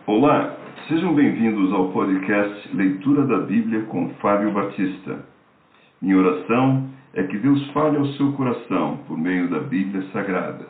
Olá, sejam bem-vindos ao podcast Leitura da Bíblia com Fábio Batista. Minha oração é que Deus fale ao seu coração por meio da Bíblia Sagrada.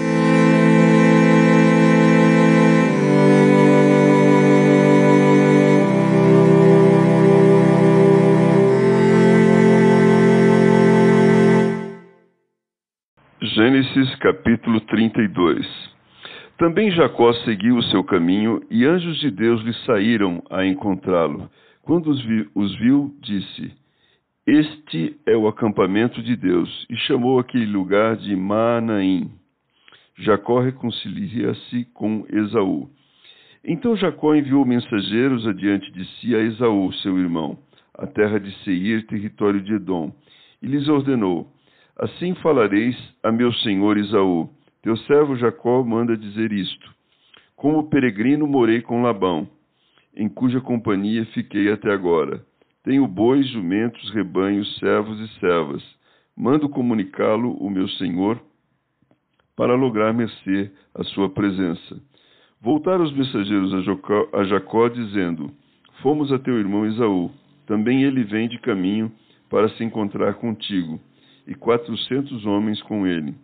Gênesis capítulo 32. Também Jacó seguiu o seu caminho, e anjos de Deus lhe saíram a encontrá-lo. Quando os viu, disse: Este é o acampamento de Deus, e chamou aquele lugar de Maanaim. Jacó reconcilia-se com Esaú. Então Jacó enviou mensageiros adiante de si a Esaú, seu irmão, a terra de Seir, território de Edom, e lhes ordenou: Assim falareis a meu senhor Esaú: Teu servo Jacó manda dizer isto: Como peregrino morei com Labão, em cuja companhia fiquei até agora. Tenho bois, jumentos, rebanhos, servos e servas. Mando comunicá-lo o meu senhor, para lograr mercê à sua presença. Voltaram os mensageiros a Jacó, dizendo: Fomos a teu irmão Esaú. Também ele vem de caminho para se encontrar contigo, e 400 homens com ele.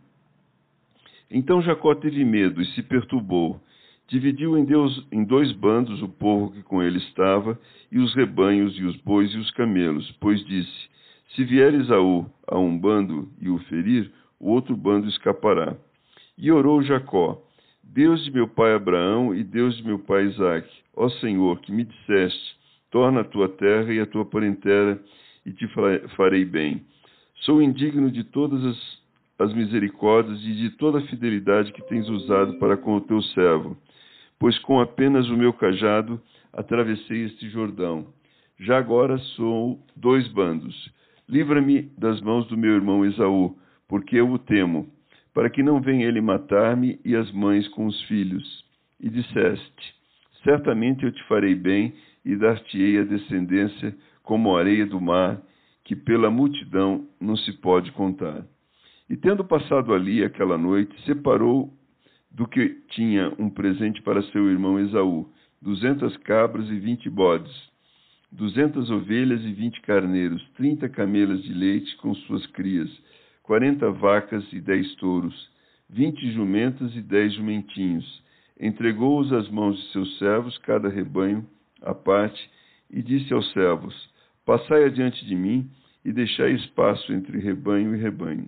Então Jacó teve medo e se perturbou. Dividiu em dois bandos o povo que com ele estava, e os rebanhos, e os bois, e os camelos, pois disse: Se vier Esaú a um bando e o ferir, o outro bando escapará. E orou Jacó: Deus de meu pai Abraão e Deus de meu pai Isaque, ó Senhor, que me disseste: Torna a tua terra e a tua parentela, e te farei bem. Sou indigno de todas as misericórdias e de toda a fidelidade que tens usado para com o teu servo, pois com apenas o meu cajado atravessei este Jordão. Já agora sou 2 bandos. Livra-me das mãos do meu irmão Esaú, porque eu o temo, para que não venha ele matar-me e as mães com os filhos. E disseste: Certamente eu te farei bem e dar-te-ei a descendência como a areia do mar, que pela multidão não se pode contar. E tendo passado ali aquela noite, separou do que tinha um presente para seu irmão Esaú, 200 cabras e 20 bodes, 200 ovelhas e 20 carneiros, 30 camelas de leite com suas crias, 40 vacas e 10 touros, 20 jumentas e 10 jumentinhos. Entregou-os às mãos de seus servos, cada rebanho à parte, e disse aos servos: Passai adiante de mim e deixai espaço entre rebanho e rebanho.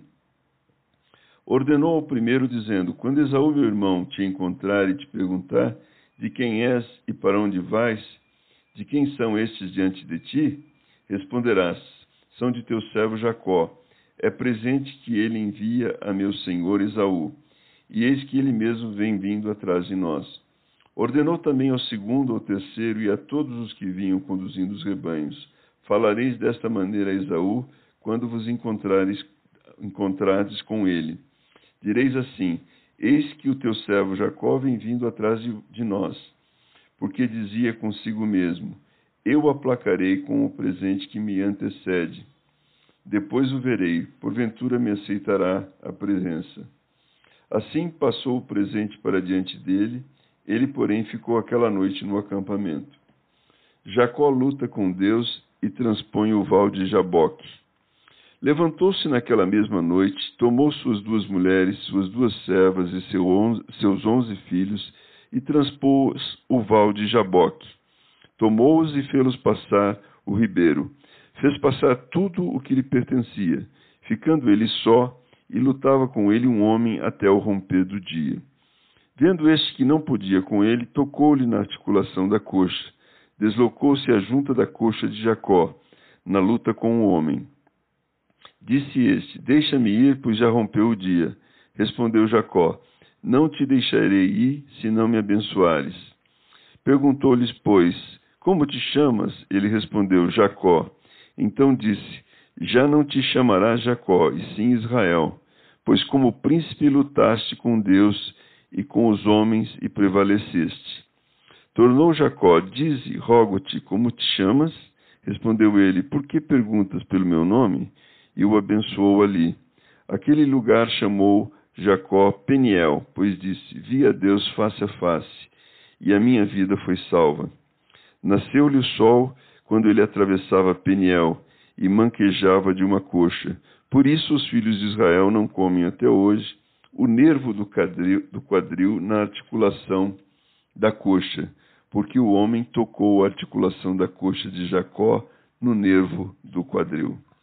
Ordenou ao primeiro, dizendo: Quando Esaú, meu irmão, te encontrar e te perguntar: De quem és e para onde vais? De quem são estes diante de ti? Responderás: São de teu servo Jacó. É presente que ele envia a meu senhor Esaú. E eis que ele mesmo vem vindo atrás de nós. Ordenou também ao segundo, ao terceiro e a todos os que vinham conduzindo os rebanhos: Falareis desta maneira a Esaú, quando vos encontrardes com ele. Direis assim: Eis que o teu servo Jacó vem vindo atrás de nós, porque dizia consigo mesmo: Eu o aplacarei com o presente que me antecede. Depois o verei, porventura me aceitará a presença. Assim passou o presente para diante dele, ele, porém, ficou aquela noite no acampamento. Jacó luta com Deus e transpõe o val de Jaboque. Levantou-se naquela mesma noite, tomou suas 2 mulheres, suas 2 servas e seus 11 filhos, e transpôs o val de Jaboque. Tomou-os e fê-los passar o ribeiro. Fez passar tudo o que lhe pertencia, ficando ele só, e lutava com ele um homem até o romper do dia. Vendo este que não podia com ele, tocou-lhe na articulação da coxa. Deslocou-se a junta da coxa de Jacó, na luta com o homem. Disse este: Deixa-me ir, pois já rompeu o dia. Respondeu Jacó: Não te deixarei ir, se não me abençoares. Perguntou-lhes, pois: Como te chamas? Ele respondeu: Jacó. Então disse: Já não te chamarás Jacó, e sim Israel, pois como príncipe lutaste com Deus e com os homens e prevaleceste. Tornou Jacó: Dize, rogo-te, como te chamas? Respondeu ele: Por que perguntas pelo meu nome? E o abençoou ali. Aquele lugar chamou Jacó Peniel, pois disse: Vi a Deus face a face, e a minha vida foi salva. Nasceu-lhe o sol quando ele atravessava Peniel e manquejava de uma coxa. Por isso os filhos de Israel não comem até hoje o nervo do quadril na articulação da coxa, porque o homem tocou a articulação da coxa de Jacó no nervo do quadril.